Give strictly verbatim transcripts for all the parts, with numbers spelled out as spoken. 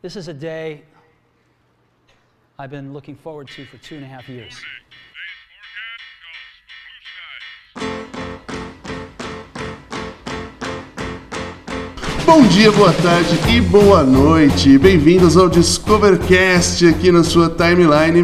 This is a day I've been looking forward to for two and a half years. Bom dia, boa tarde e boa noite. Bem-vindos ao Discovercast aqui na sua timeline.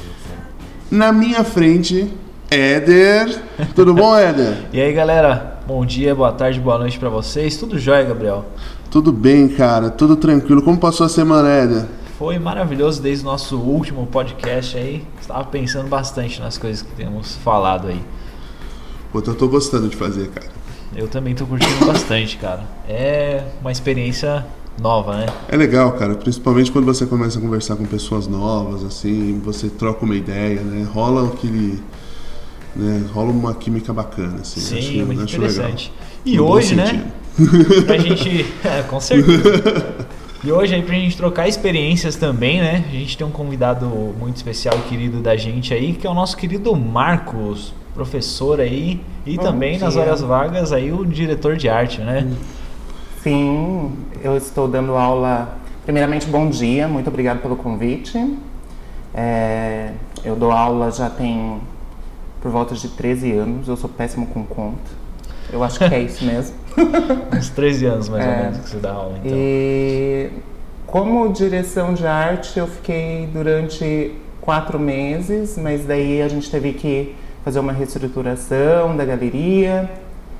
Na minha frente, Éder. Tudo bom, Éder? E aí, galera? Bom dia, boa tarde, boa noite pra vocês. Tudo jóia, Gabriel? Tudo bem, cara. Tudo tranquilo. Como passou a semana, Éder? Foi maravilhoso desde o nosso último podcast aí. Estava pensando bastante nas coisas que temos falado aí. Pô, eu tô gostando de fazer, cara. Eu também tô curtindo bastante, cara. É uma experiência nova, né? É legal, cara. Principalmente quando você começa a conversar com pessoas novas, assim, você troca uma ideia, né? Rola aquele... Né? Rola uma química bacana, assim. Sim, acho, muito acho interessante. Legal. E No hoje, né? Pra gente... É, com certeza. E hoje aí pra gente trocar experiências também, né? A gente tem um convidado muito especial, querido da gente aí, que é o nosso querido Marcos, professor aí, e Bom também dia. nas horas vagas aí o diretor de arte, né? Sim, eu estou dando aula. Primeiramente, bom dia, muito obrigado pelo convite. É, eu dou aula já tem por volta de treze anos, eu sou péssimo com conta. Eu acho que é isso mesmo. Uns treze anos mais É. ou menos que você dá aula, então. E como direção de arte, eu fiquei durante quatro meses, mas daí a gente teve que fazer uma reestruturação da galeria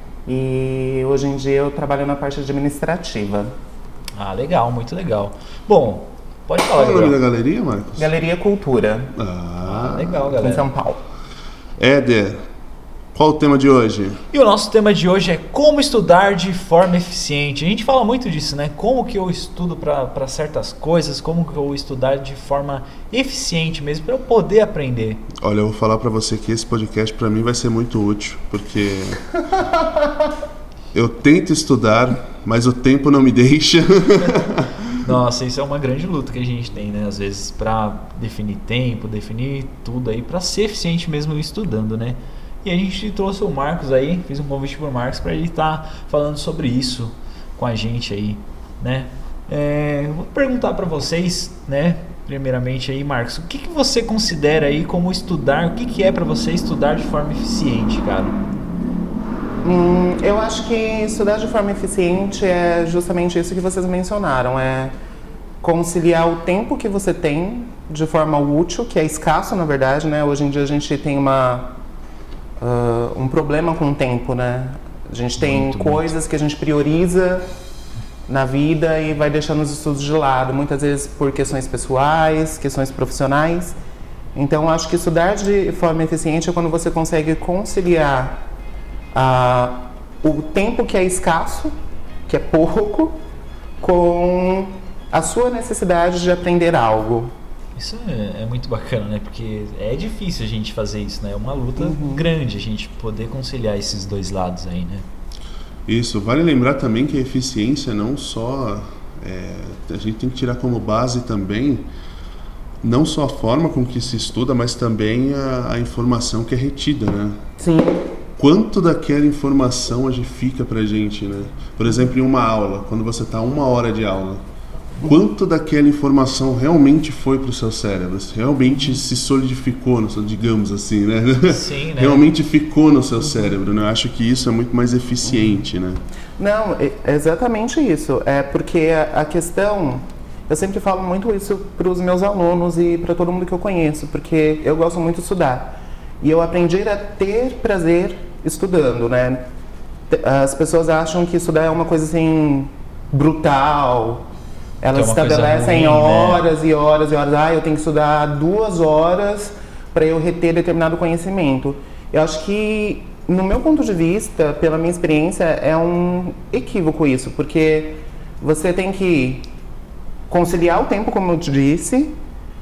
e hoje em dia eu trabalho na parte administrativa. Ah, legal, muito legal. Bom, pode Qual falar, é o nome da Gabriel. galeria, Marcos? Galeria Cultura, Ah, Ah, legal, em galera. São Paulo. Éder, qual o tema de hoje? E o nosso tema de hoje é como estudar de forma eficiente. A gente fala muito disso, né? Como que eu estudo para certas coisas, como que eu estudar de forma eficiente mesmo, para eu poder aprender. Olha, eu vou falar pra você que esse podcast pra mim vai ser muito útil, porque eu tento estudar, mas o tempo não me deixa. Nossa, isso é uma grande luta que a gente tem, né? Às vezes para definir tempo, definir tudo aí, para ser eficiente mesmo estudando, né? E a gente trouxe o Marcos aí, fiz um convite pro Marcos para ele estar falando sobre isso com a gente aí, né? É, eu vou perguntar para vocês, né? Primeiramente aí, Marcos, o que, que você considera aí como estudar? O que, que é para você estudar de forma eficiente, cara? Hum, eu acho que estudar de forma eficiente é justamente isso que vocês mencionaram, é conciliar o tempo que você tem de forma útil, que é escasso na verdade, né? Hoje em dia a gente tem uma, uh, um problema com o tempo, né? A gente tem Muito, coisas que a gente prioriza na vida e vai deixando os estudos de lado, muitas vezes por questões pessoais, questões profissionais. Então acho que estudar de forma eficiente é quando você consegue conciliar Ah, o tempo que é escasso, que é pouco, com a sua necessidade de aprender algo. Isso é, é muito bacana, né? Porque é difícil a gente fazer isso, né? É uma luta Uhum. grande a gente poder conciliar esses dois lados aí, né? Isso, vale lembrar também que a eficiência não só... é, a gente tem que tirar como base também não só a forma com que se estuda, mas também a, a informação que é retida, né? Sim. Quanto daquela informação a gente fica pra gente, né? Por exemplo, em uma aula, quando você está uma hora de aula, quanto daquela informação realmente foi pro seu cérebro? Realmente se solidificou, no seu, digamos assim, né? Sim, né? Realmente ficou no seu cérebro, né? Eu acho que isso é muito mais eficiente, né? Não, é exatamente isso. É porque a, a questão... Eu sempre falo muito isso para os meus alunos e para todo mundo que eu conheço, porque eu gosto muito de estudar. E eu aprendi a ter prazer estudando, né? As pessoas acham que estudar é uma coisa assim brutal. Elas Que é uma coisa estabelecem ruim, né? horas e horas e horas. Ah, eu tenho que estudar duas horas para eu reter determinado conhecimento. Eu acho que, no meu ponto de vista, pela minha experiência, é um equívoco isso, porque você tem que conciliar o tempo, como eu te disse,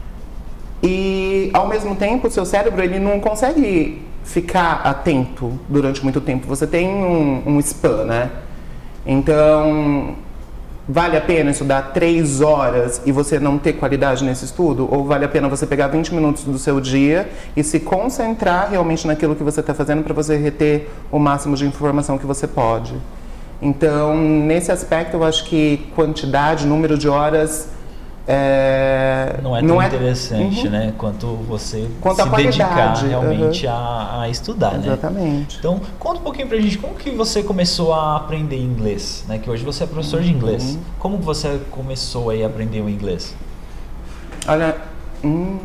e ao mesmo tempo o seu cérebro ele não consegue ficar atento durante muito tempo. Você tem um, um span, né? Então, vale a pena estudar três horas e você não ter qualidade nesse estudo? Ou vale a pena você pegar vinte minutos do seu dia e se concentrar realmente naquilo que você está fazendo para você reter o máximo de informação que você pode? Então, nesse aspecto, eu acho que quantidade, número de horas é, Não é tão interessante, uhum. né? Quanto você Quanto se dedicar realmente uhum. a, a estudar, Exatamente. né? Exatamente. Então, conta um pouquinho pra gente, como que você começou a aprender inglês, né? Que hoje você é professor de inglês. Uhum. Como você começou aí a aprender o inglês? Olha, hum,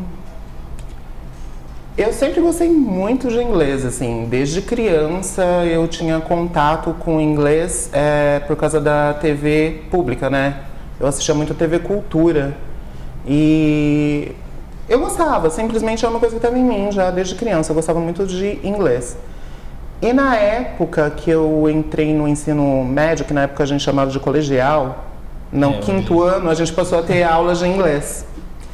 eu sempre gostei muito de inglês, assim. Desde criança eu tinha contato com inglês é, por causa da T V pública, né? Eu assistia muito T V Cultura e eu gostava, simplesmente é uma coisa que estava em mim já desde criança, eu gostava muito de inglês. E na época que eu entrei no ensino médio, que na época a gente chamava de colegial, no é, quinto ano a gente passou a ter aulas de inglês.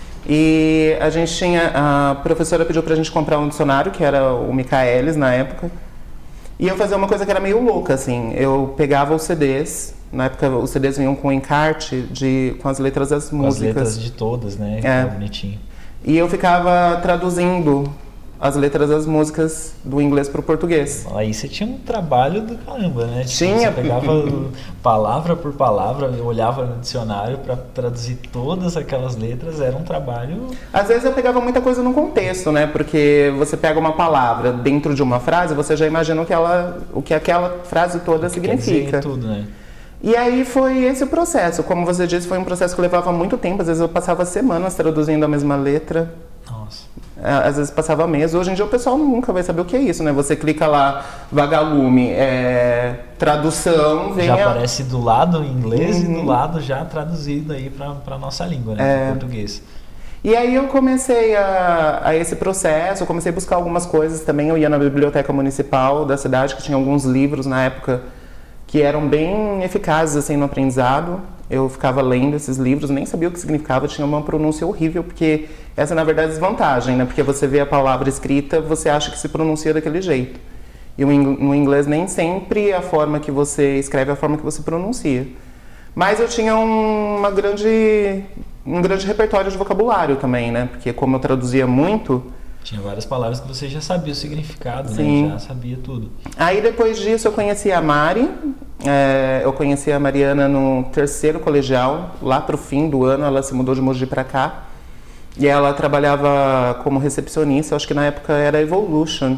E a gente tinha, a professora pediu pra gente comprar um dicionário, que era o Michaelis na época, e eu fazia uma coisa que era meio louca, assim, eu pegava os C Ds. Na época, os C Ds vinham com encarte de, com as letras das com músicas. As letras de todas, né? É. Que bonitinho. E eu ficava traduzindo as letras das músicas do inglês para o português. Aí você tinha um trabalho do caramba, né? Tipo, tinha. Você pegava palavra por palavra, olhava no dicionário para traduzir todas aquelas letras, era um trabalho... Às vezes eu pegava muita coisa no contexto, né? Porque você pega uma palavra dentro de uma frase, você já imagina o que, ela, o que aquela frase toda o que significa. Quer dizer tudo, né? E aí foi esse o processo. Como você disse, foi um processo que levava muito tempo. Às vezes eu passava semanas traduzindo a mesma letra. Nossa. Às vezes passava meses. Hoje em dia o pessoal nunca vai saber o que é isso, né? Você clica lá, vagalume, é, tradução, vem já a... aparece do lado em inglês uhum. e do lado já traduzido aí para para nossa língua, né? É... Para português. E aí eu comecei a, a esse processo, eu comecei a buscar algumas coisas também. Eu ia na biblioteca municipal da cidade, que tinha alguns livros na época que eram bem eficazes assim no aprendizado. Eu ficava lendo esses livros, nem sabia o que significava, tinha uma pronúncia horrível, porque essa na verdade é desvantagem, né? Porque você vê a palavra escrita, você acha que se pronuncia daquele jeito. E no inglês nem sempre a forma que você escreve é a forma que você pronuncia. Mas eu tinha um, uma grande, um grande repertório de vocabulário também, né? Porque como eu traduzia muito... Tinha várias palavras que você já sabia o significado, Sim. né? Já sabia tudo. Aí depois disso eu conheci a Mari, é, eu conheci a Mariana no terceiro colegial, lá pro fim do ano, ela se mudou de Mogi pra cá. E ela trabalhava como recepcionista, eu acho que na época era Evolution.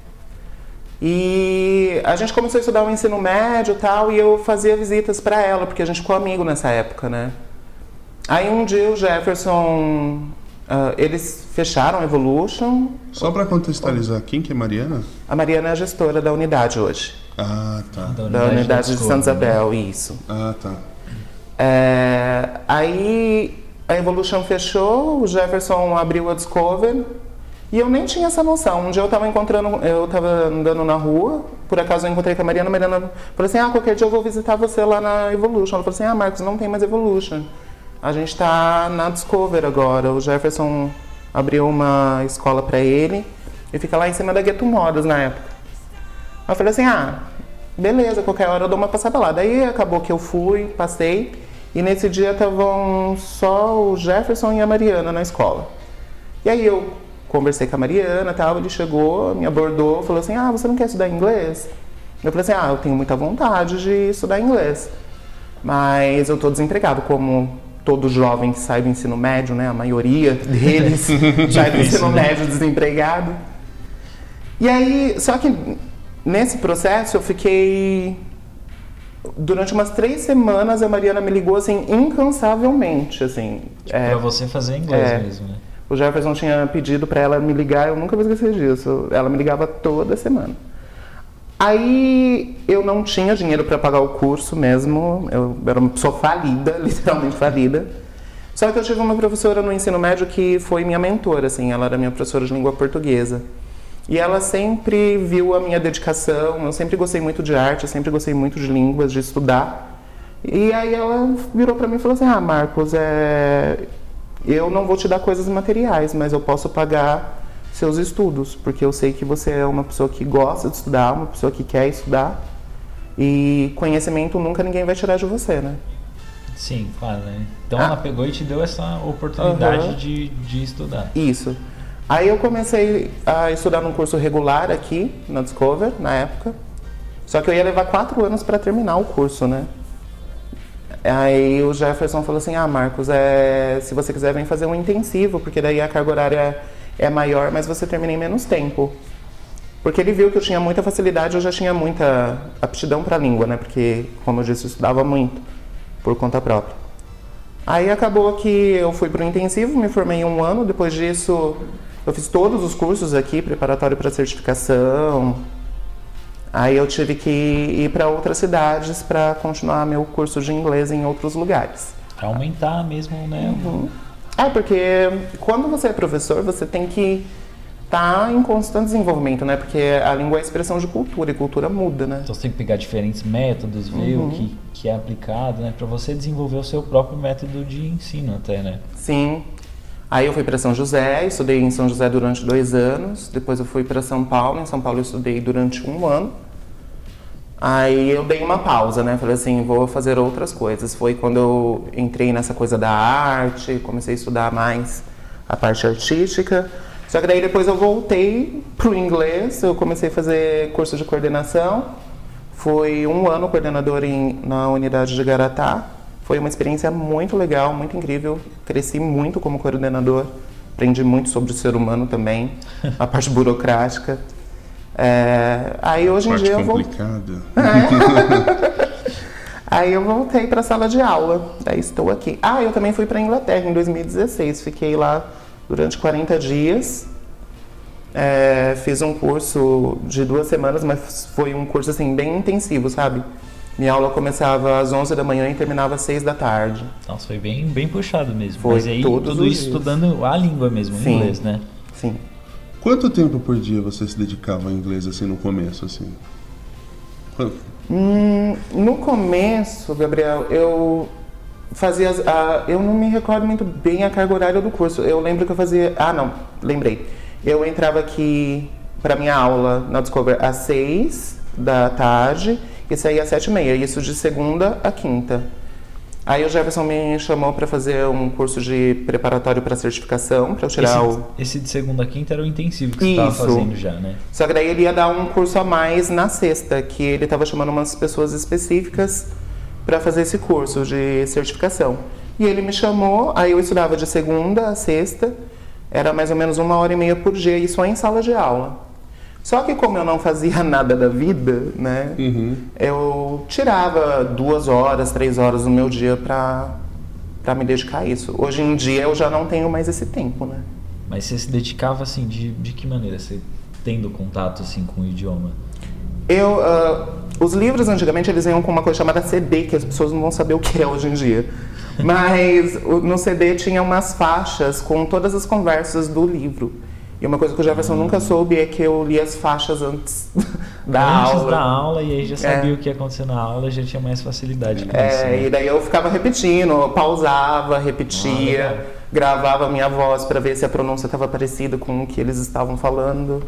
E a gente começou a estudar o ensino médio e tal, e eu fazia visitas pra ela, porque a gente ficou amigo nessa época, né? Aí um dia o Jefferson... Uh, eles fecharam a Evolution. Só para contextualizar, quem que é Mariana? A Mariana é a gestora da unidade hoje. Ah, tá. Da unidade, da unidade de Santa Isabel, né? isso. Ah, tá. É, aí a Evolution fechou, o Jefferson abriu a Discover e eu nem tinha essa noção. Um dia eu estava encontrando, eu estava andando na rua, por acaso eu encontrei com a Mariana, a Mariana falou assim, ah, qualquer dia eu vou visitar você lá na Evolution. Ela falou assim, ah, Marcos, não tem mais Evolution. A gente está na Discover agora. O Jefferson abriu uma escola para ele e fica lá em cima da Gueto Modas na época. Eu falei assim, ah, beleza, qualquer hora eu dou uma passada lá. Daí acabou que eu fui, passei, e nesse dia estavam só o Jefferson e a Mariana na escola. E aí eu conversei com a Mariana e tal, ele chegou, me abordou, falou assim, ah, você não quer estudar inglês? Eu falei assim, ah, eu tenho muita vontade de estudar inglês, mas eu estou desempregado, como... todo jovem que sai do ensino médio, né? A maioria deles sai do ensino médio desempregado. E aí, só que nesse processo eu fiquei... Durante umas três semanas a Mariana me ligou, assim, incansavelmente, assim. Tipo, é, pra você fazer inglês é, mesmo, né? O Jefferson tinha pedido pra ela me ligar, eu nunca vou esquecer disso. Ela me ligava toda semana. Aí eu não tinha dinheiro para pagar o curso mesmo, eu era uma pessoa falida, literalmente falida. Só que eu tive uma professora no ensino médio que foi minha mentora, assim, ela era minha professora de língua portuguesa. E ela sempre viu a minha dedicação, eu sempre gostei muito de arte, eu sempre gostei muito de línguas, de estudar. E aí ela virou para mim e falou assim, ah, Marcos, é... eu não vou te dar coisas materiais, mas eu posso pagar seus estudos, porque eu sei que você é uma pessoa que gosta de estudar, uma pessoa que quer estudar, e conhecimento nunca ninguém vai tirar de você, né? Sim, claro, né? Então ah. ela pegou e te deu essa oportunidade uhum. de, de estudar. Isso. Aí eu comecei a estudar num curso regular aqui, na Discover, na época, só que eu ia levar quatro anos para terminar o curso, né? Aí o Jefferson falou assim, ah, Marcos, é, se você quiser vem fazer um intensivo, porque daí a carga horária é, é maior, mas você termina em menos tempo. Porque ele viu que eu tinha muita facilidade, eu já tinha muita aptidão para a língua, né? Porque, como eu disse, eu estudava muito, por conta própria. Aí acabou que eu fui para o intensivo, me formei em um ano, depois disso eu fiz todos os cursos aqui, preparatório para certificação. Aí eu tive que ir para outras cidades para continuar meu curso de inglês em outros lugares. Pra aumentar mesmo, né? Uhum. É, porque quando você é professor, você tem que estar em constante desenvolvimento, né? Porque a língua é a expressão de cultura e cultura muda, né? Então você tem que pegar diferentes métodos, ver Uhum. o que, que é aplicado, né? Pra você desenvolver o seu próprio método de ensino até, né? Sim. Aí eu fui para São José, estudei em São José durante dois anos. Depois eu fui para São Paulo. Em São Paulo eu estudei durante um ano. Aí eu dei uma pausa, né? Falei assim, vou fazer outras coisas. Foi quando eu entrei nessa coisa da arte, comecei a estudar mais a parte artística. Só que daí depois eu voltei pro inglês, eu comecei a fazer curso de coordenação. Fui um ano coordenador em, na unidade de Garatá. Foi uma experiência muito legal, muito incrível. Cresci muito como coordenador. Aprendi muito sobre o ser humano também, a parte burocrática. É, aí hoje em Parte dia eu vou... complicada. Aí eu voltei para a sala de aula, daí estou aqui. Ah, eu também fui para a Inglaterra em dois mil e dezesseis, fiquei lá durante quarenta dias. É, fiz um curso de duas semanas, mas foi um curso assim bem intensivo, sabe? Minha aula começava às onze da manhã e terminava às seis da tarde. Nossa, foi bem, bem puxado mesmo. Foi, Mas aí todos tudo os isso dias. estudando a língua mesmo, o Sim. inglês, né? Sim. Quanto tempo por dia você se dedicava ao inglês assim no começo, assim? Quanto? Hum, no começo, Gabriel, eu fazia... as- a- eu não me recordo muito bem a carga horária do curso. Eu lembro que eu fazia... Ah, não, lembrei. Eu entrava aqui para minha aula na Discover às seis da tarde e saía às sete e meia. Isso de segunda a quinta. Aí o Jefferson me chamou para fazer um curso de preparatório para certificação, para eu tirar Esse, o... esse de segunda a quinta era o intensivo que você estava Isso. fazendo já, né? Só que daí ele ia dar um curso a mais na sexta, que ele estava chamando umas pessoas específicas para fazer esse curso de certificação. E ele me chamou, aí eu estudava de segunda a sexta, era mais ou menos uma hora e meia por dia, e só em sala de aula. Só que como eu não fazia nada da vida, né, Uhum. eu tirava duas horas, três horas do meu dia para para me dedicar a isso. Hoje em dia eu já não tenho mais esse tempo, né? Mas você se dedicava assim, de, de que maneira? Você tendo contato assim com o idioma? Eu, ah, os livros antigamente eles vinham com uma coisa chamada C D, que as pessoas não vão saber o que é hoje em dia. Mas o- no C D tinha umas faixas com todas as conversas do livro. E uma coisa que o Jefferson nunca soube é que eu li as faixas antes da Antes aula. da aula, e aí já sabia É. o que ia acontecer na aula, já tinha mais facilidade com isso. É, né? e daí eu ficava repetindo, eu pausava, Ah, repetia, legal. gravava a minha voz para ver se a pronúncia estava parecida com o que eles estavam falando.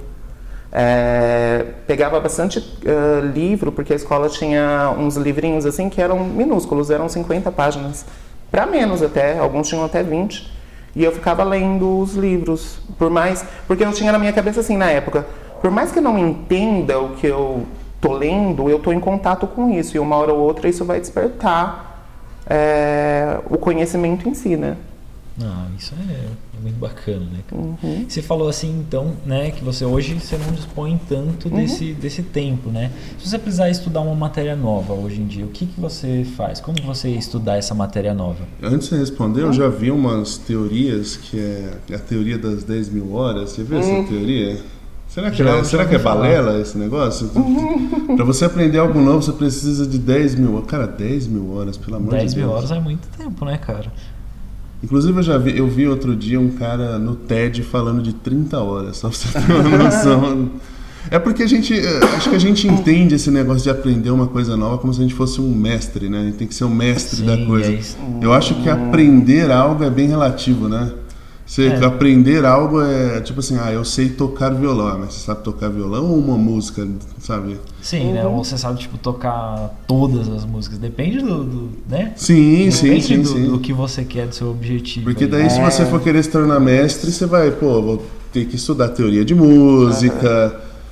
É, pegava bastante ah, livro, porque a escola tinha uns livrinhos assim que eram minúsculos, eram cinquenta páginas, para menos até, alguns tinham até vinte. E eu ficava lendo os livros, por mais, porque eu tinha na minha cabeça assim na época, por mais que eu não entenda o que eu tô lendo, eu tô em contato com isso, e uma hora ou outra isso vai despertar é, o conhecimento em si, né? Não, isso é, é muito bacana, né, cara? Uhum. Você falou assim, então, né, que você hoje você não dispõe tanto Uhum. desse, desse tempo, né? Se você precisar estudar uma matéria nova hoje em dia, o que, que você faz? Como você ia estudar essa matéria nova? Antes de você responder, eu já vi umas teorias que é a teoria das dez mil horas. Você viu Hum. essa teoria? Será que, Já- é, já será que é ouvi falar. balela esse negócio? Para você aprender algo novo, você precisa de dez mil horas. Cara, dez mil horas, pelo amor de Deus. dez mil horas é muito tempo, né, cara? Inclusive, eu já vi, eu vi outro dia um cara no TED falando de trinta horas, só pra você ter uma noção. É porque a gente, eh, acho que a gente entende esse negócio de aprender uma coisa nova como se a gente fosse um mestre, né? A gente tem que ser um mestre Sim, da coisa. é isso. Eu acho que aprender algo é bem relativo, né? Você É. aprender algo é tipo assim, ah, eu sei tocar violão, ah, mas você sabe tocar violão ou uma música, sabe? Sim, né? Ou você sabe, tipo, tocar todas as músicas. Depende do, do né? Sim, sim, Depende sim, do, sim. do que você quer, do seu objetivo. Porque aí. daí se você for querer se tornar mestre, você vai, pô, vou ter que estudar teoria de música,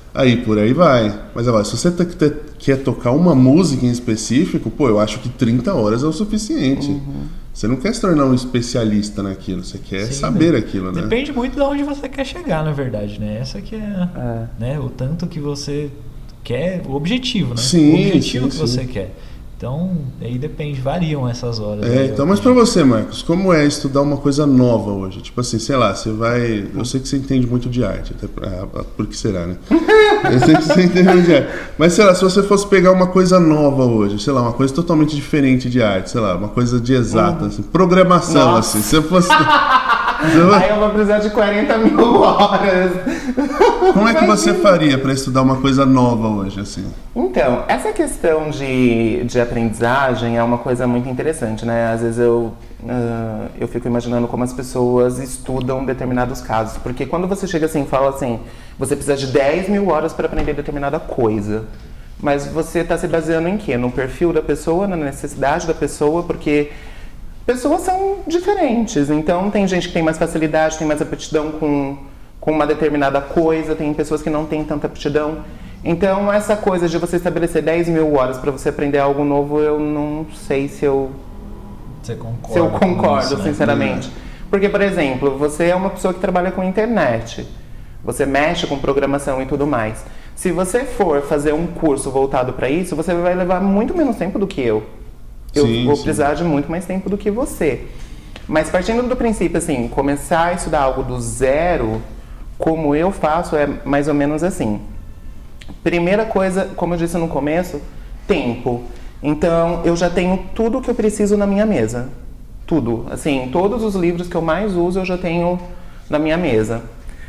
Aí por aí vai. Mas agora, se você te- quer tocar uma música em específico, pô, eu acho que trinta horas é o suficiente. Uhum. Você não quer se tornar um especialista naquilo, você quer Sim, saber né? aquilo, né? Depende muito de onde você quer chegar, na verdade, né? Essa que é, É. né? O tanto que você quer, o objetivo, né? Sim, o objetivo sim, que sim. você quer. Então, aí depende, variam essas horas. É, aí, então, eu mas pra acredito. você, Marcos, como é estudar uma coisa nova hoje? Tipo assim, sei lá, você vai... Eu sei que você entende muito de arte, até pra... por que será, né? Eu sei que você entende muito de arte. Mas, sei lá, se você fosse pegar uma coisa nova hoje, sei lá, uma coisa totalmente diferente de arte, sei lá, uma coisa de exata, assim, programação, Nossa. assim, se eu fosse... Você vai- Aí eu vou precisar de quarenta mil horas. Como é que você faria pra estudar uma coisa nova hoje, assim? Então, essa questão de, de aprendizagem é uma coisa muito interessante, né? Às vezes eu, ah, eu fico imaginando como as pessoas estudam determinados casos. Porque quando você chega assim e fala assim, você precisa de dez mil horas para aprender determinada coisa. Mas você está se baseando em quê? No perfil da pessoa, na necessidade da pessoa, porque pessoas são diferentes. Então, tem gente que tem mais facilidade, tem mais aptidão com, com uma determinada coisa, tem pessoas que não têm tanta aptidão. Então, essa coisa de você estabelecer dez mil horas para você aprender algo novo, eu não sei se eu, Você concorda? se eu com concordo, isso, né? sinceramente. Porque, por exemplo, você é uma pessoa que trabalha com internet, você mexe com programação e tudo mais. Se você for fazer um curso voltado para isso, você vai levar muito menos tempo do que eu. Eu Sim, vou sim. precisar de muito mais tempo do que você. Mas partindo do princípio, assim, começar a estudar algo do zero, como eu faço, é mais ou menos assim. Primeira coisa, como eu disse no começo, tempo. Então, eu já tenho tudo o que eu preciso na minha mesa. Tudo. Assim, todos os livros que eu mais uso, eu já tenho na minha mesa.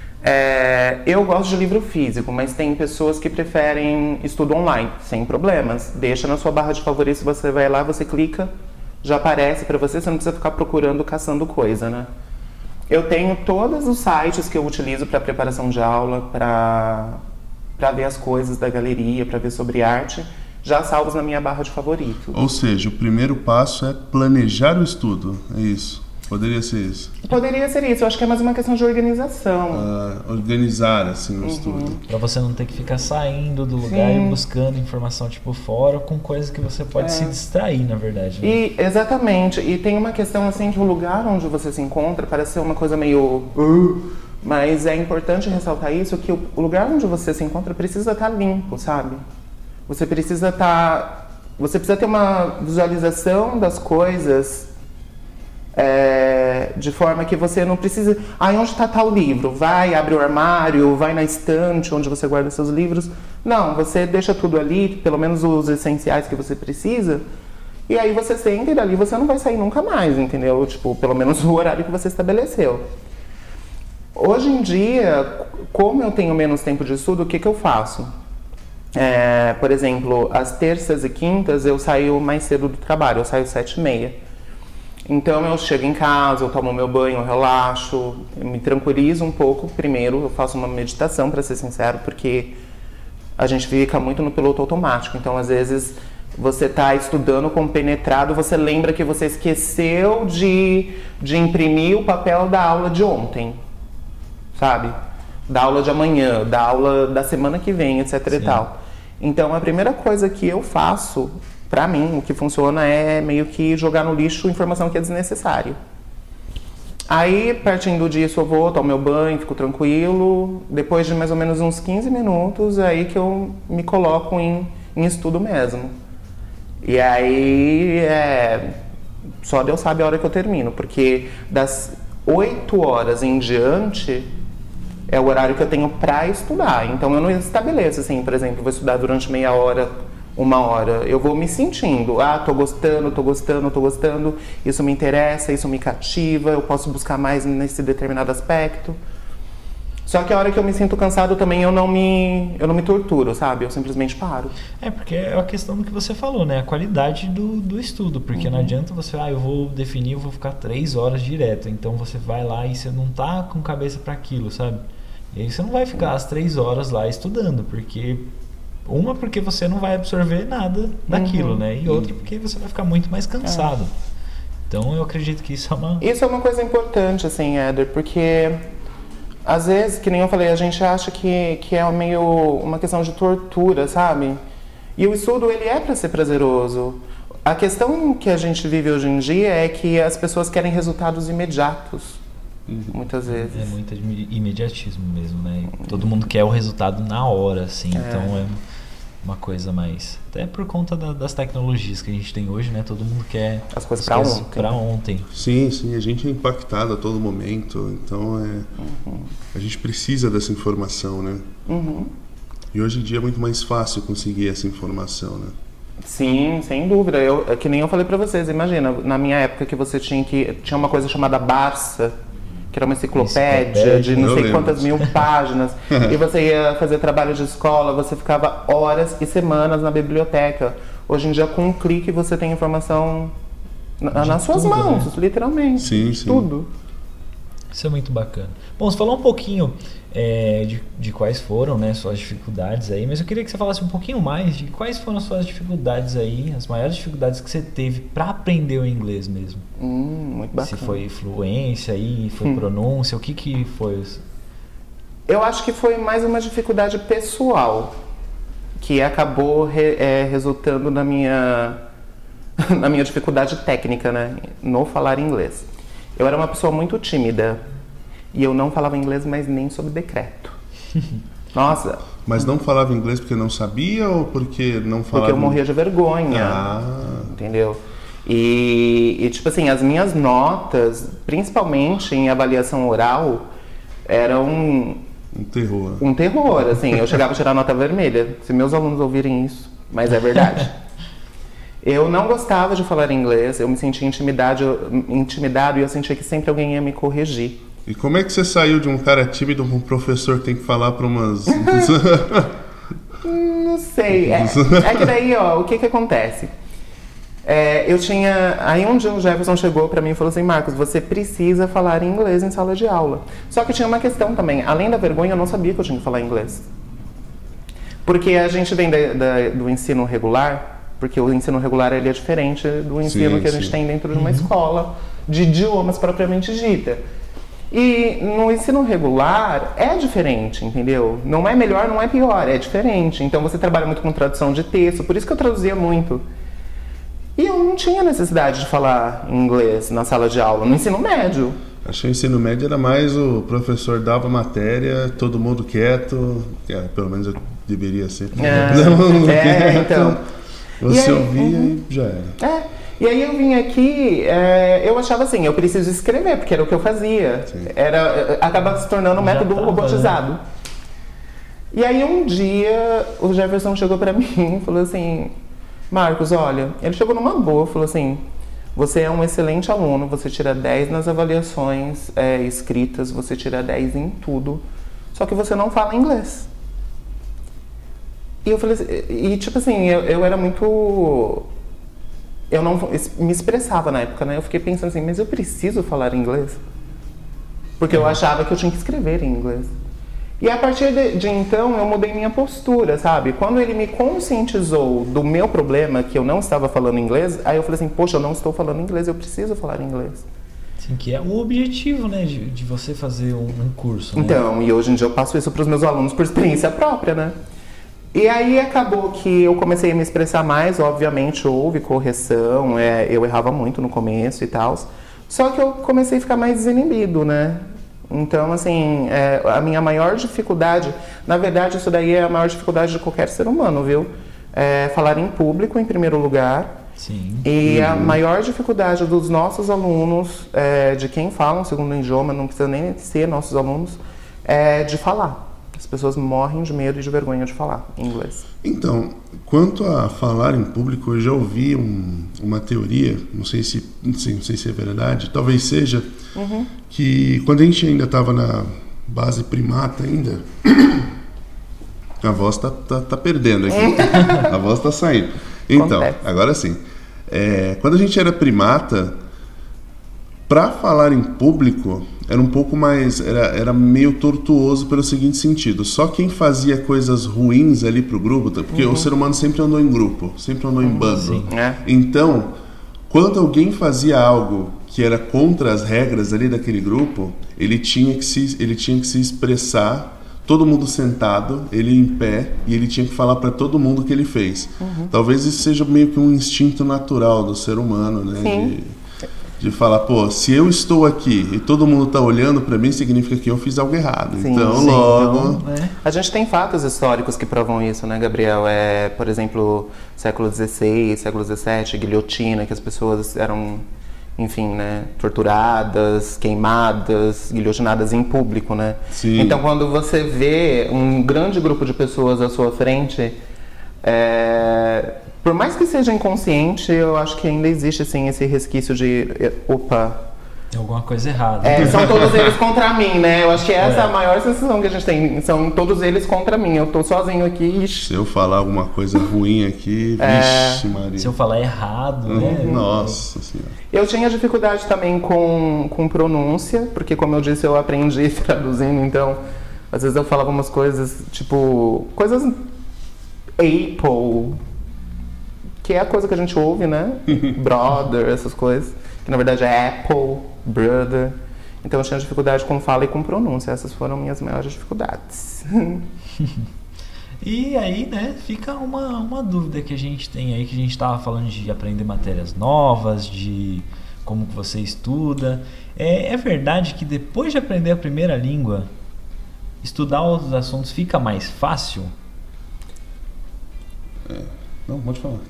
É, eu gosto de livro físico, mas tem pessoas que preferem estudo online, sem problemas. Deixa na sua barra de favoritos, você vai lá, você clica, já aparece para você, você não precisa ficar procurando, caçando coisa, né? Eu tenho todos os sites que eu utilizo para preparação de aula, para para ver as coisas da galeria, para ver sobre arte, já salvos na minha barra de favorito. Ou seja, o primeiro passo é planejar o estudo, é isso. Poderia ser isso. Poderia ser isso, eu acho que é mais uma questão de organização. Ah, organizar, assim, o estudo. Pra você não ter que ficar saindo do lugar Sim. e buscando informação tipo fora com coisas que você pode É. se distrair, na verdade. Né? E, exatamente, e tem uma questão assim que o lugar onde você se encontra parece ser uma coisa meio... "Uh", mas é importante ressaltar isso, que o o lugar onde você se encontra precisa estar limpo, sabe? Você precisa estar... Você precisa ter uma visualização das coisas é, de forma que você não precisa... Ah, onde está tal livro? Vai, abre o armário, vai na estante onde você guarda seus livros. Não, você deixa tudo ali, pelo menos os essenciais que você precisa, e aí você senta e dali você não vai sair nunca mais, entendeu? Tipo, pelo menos o horário que você estabeleceu. Hoje em dia, como eu tenho menos tempo de estudo, o que, que eu faço? É, por exemplo, às terças e quintas eu saio mais cedo do trabalho, eu saio sete e meia. Então eu chego em casa, eu tomo meu banho, eu relaxo, eu me tranquilizo um pouco. Primeiro eu faço uma meditação, para ser sincero, porque a gente fica muito no piloto automático. Então às vezes você está estudando compenetrado, você lembra que você esqueceu de, de imprimir o papel da aula de ontem, sabe? Da aula de amanhã, da aula da semana que vem, etc e Sim. tal. Então a primeira coisa que eu faço, pra mim, o que funciona é meio que jogar no lixo informação que é desnecessária. Aí, partindo disso, eu vou, tomo meu banho, fico tranquilo. Depois de mais ou menos uns quinze minutos, é aí que eu me coloco em, em estudo mesmo. E aí, é, só Deus sabe a hora que eu termino, porque das oito horas em diante é o horário que eu tenho pra estudar. Então eu não estabeleço assim, por exemplo, vou estudar durante meia hora, uma hora. Eu vou me sentindo, ah, tô gostando, tô gostando, tô gostando, isso me interessa, isso me cativa, eu posso buscar mais nesse determinado aspecto. Só que a hora que eu me sinto cansado também eu não me, eu não me torturo, sabe? Eu simplesmente paro. É, porque é a questão do que você falou, né? A qualidade do, do estudo. Porque Uhum. não adianta você, ah, eu vou definir, eu vou ficar três horas direto. Então você vai lá e você não tá com cabeça para aquilo, sabe? E aí você não vai ficar as três horas lá estudando, porque... Uma, porque você não vai absorver nada daquilo, Uhum. né? E outra, porque você vai ficar muito mais cansado. Então eu acredito que isso é uma... Isso é uma coisa importante, assim, Éder, porque Às vezes, que nem eu falei, a gente acha que, que é meio uma questão de tortura, sabe? E o estudo, ele é para ser prazeroso. A questão que a gente vive hoje em dia é que as pessoas querem resultados imediatos, uhum. muitas vezes. É muito imediatismo mesmo, né? Todo mundo quer o resultado na hora, assim, é. Então é uma coisa mais... Até por conta da, das tecnologias que a gente tem hoje, né? Todo mundo quer as coisas para ontem. Pra ontem. Sim, sim, a gente é impactado a todo momento, então é, uhum. a gente precisa dessa informação, né? Uhum. E hoje em dia é muito mais fácil conseguir essa informação, né? Sim, sem dúvida. Eu, que nem eu falei pra vocês, imagina, na minha época que você tinha que... Tinha uma coisa chamada Barça, que era uma enciclopédia, enciclopédia de não sei lembro. quantas mil páginas. E você ia fazer trabalho de escola, você ficava horas e semanas na biblioteca. Hoje em dia, com um clique, você tem informação na, nas suas tudo, mãos, né? Literalmente. Sim, sim. Tudo. Isso é muito bacana. Bom, você falou um pouquinho é, de, de quais foram, né, suas dificuldades aí, mas eu queria que você falasse um pouquinho mais de quais foram as suas dificuldades aí, as maiores dificuldades que você teve para aprender o inglês mesmo. Hum, muito bacana. Se foi fluência aí, foi hum. pronúncia, o que que foi isso? Eu acho que foi mais uma dificuldade pessoal, que acabou re, é, resultando na minha, na minha dificuldade técnica, né, no falar inglês. Eu era uma pessoa muito tímida e eu não falava inglês, mas nem sob decreto. Nossa. Mas não falava inglês porque não sabia ou porque não falava? Porque eu morria de vergonha, ah. entendeu? E, e, tipo assim, as minhas notas, principalmente em avaliação oral, eram... Um terror. Um terror, assim. Eu chegava a tirar nota vermelha, se meus alunos ouvirem isso, mas é verdade. Eu não gostava de falar inglês, eu me sentia intimidado, intimidado e eu sentia que sempre alguém ia me corrigir. E como é que você saiu de um cara tímido para um professor que tem que falar para umas... Não sei. É, é que daí, ó, o que que acontece? É, eu tinha... Aí um dia o Jefferson chegou para mim e falou assim, Marcos, você precisa falar inglês em sala de aula. Só que tinha uma questão também. Além da vergonha, eu não sabia que eu tinha que falar inglês. Porque a gente vem da, da, do ensino regular... Porque o ensino regular ele é diferente do ensino sim, que a gente sim. tem dentro de uma uhum. escola de idiomas propriamente dita. E no ensino regular é diferente, entendeu? Não é melhor, não é pior, é diferente. Então você trabalha muito com tradução de texto, por isso que eu traduzia muito. E eu não tinha necessidade de falar inglês na sala de aula, no ensino médio. Achei que o ensino médio era mais o professor dava matéria, todo mundo quieto, é, pelo menos eu deveria ser. É, é então... Você aí, ouvia uhum. e já era. É. E aí eu vim aqui, é, eu achava assim, eu preciso escrever, porque era o que eu fazia. Era, acaba se tornando um já método tava, robotizado. Né? E aí um dia o Jefferson chegou pra mim e falou assim, Marcos, olha, ele chegou numa boa, falou assim, você é um excelente aluno, você tira dez nas avaliações é, escritas, você tira dez em tudo, só que você não fala inglês. E eu falei assim, e tipo assim, eu, eu era muito... Eu não me expressava na época, né? Eu fiquei pensando assim, mas eu preciso falar inglês? Porque eu achava que eu tinha que escrever em inglês. E a partir de, de então, eu mudei minha postura, sabe? Quando ele me conscientizou do meu problema, que eu não estava falando inglês, aí eu falei assim, poxa, eu não estou falando inglês, eu preciso falar inglês. Sim, que é o objetivo, né, de, de você fazer um, um curso, né? Então, e hoje em dia eu passo isso para os meus alunos por experiência própria, né? E aí acabou que eu comecei a me expressar mais, obviamente houve correção, é, eu errava muito no começo e tal, só que eu comecei a ficar mais desinibido, né? Então, assim, é, a minha maior dificuldade, na verdade isso daí é a maior dificuldade de qualquer ser humano, viu? É falar em público, em primeiro lugar. Sim. E uhum. a maior dificuldade dos nossos alunos, é, de quem fala um segundo idioma, não precisa nem ser nossos alunos, é de falar. As pessoas morrem de medo e de vergonha de falar em inglês. Então, quanto a falar em público, eu já ouvi um, uma teoria, não sei se, não sei, não sei se é verdade, talvez seja, uhum. que quando a gente ainda estava na base primata ainda, a voz tá, tá, tá perdendo aqui, a voz tá saindo. Então, Acontece. agora sim, é, quando a gente era primata, para falar em público era um pouco mais, era, era meio tortuoso pelo seguinte sentido, só quem fazia coisas ruins ali pro grupo, porque uhum. o ser humano sempre andou em grupo, sempre andou em bando. Sim, é. Então, quando alguém fazia algo que que era contra as regras ali daquele grupo, ele tinha que se, ele tinha que se expressar, todo mundo sentado, ele em pé, e ele tinha que falar para todo mundo o que ele fez. Uhum. Talvez isso seja meio que um instinto natural do ser humano, né? Sim. De, de falar, pô, se eu estou aqui e todo mundo está olhando para mim, significa que eu fiz algo errado. Sim, então, sim, logo... Então, é. A gente tem fatos históricos que provam isso, né, Gabriel? É, por exemplo, século dezesseis, século dezessete, guilhotina, que as pessoas eram... enfim, né, torturadas, queimadas, guilhotinadas em público, né? Sim. Então, quando você vê um grande grupo de pessoas à sua frente, é, por mais que seja inconsciente, eu acho que ainda existe, assim, esse resquício de, opa... Tem alguma coisa errada. É, são todos eles contra mim, né? Eu acho que essa é, é a maior sensação que a gente tem. São todos eles contra mim. Eu tô sozinho aqui. Ixi. Se eu falar alguma coisa ruim aqui, é... vixe, Maria. Se eu falar errado, uhum. né? Nossa Senhora. Eu tinha dificuldade também com, com pronúncia, porque, como eu disse, eu aprendi traduzindo. Então, às vezes eu falava umas coisas, tipo... Coisas... Apple... Que é a coisa que a gente ouve, né? Brother, essas coisas. Que, na verdade, é Apple... brother. Então eu tinha dificuldade com fala e com pronúncia. Essas foram minhas maiores dificuldades. E aí, né, fica uma, uma dúvida que a gente tem aí, que a gente estava falando de aprender matérias novas, de como que você estuda. É, é verdade que depois de aprender a primeira língua, estudar outros assuntos fica mais fácil? É. Não, pode falar.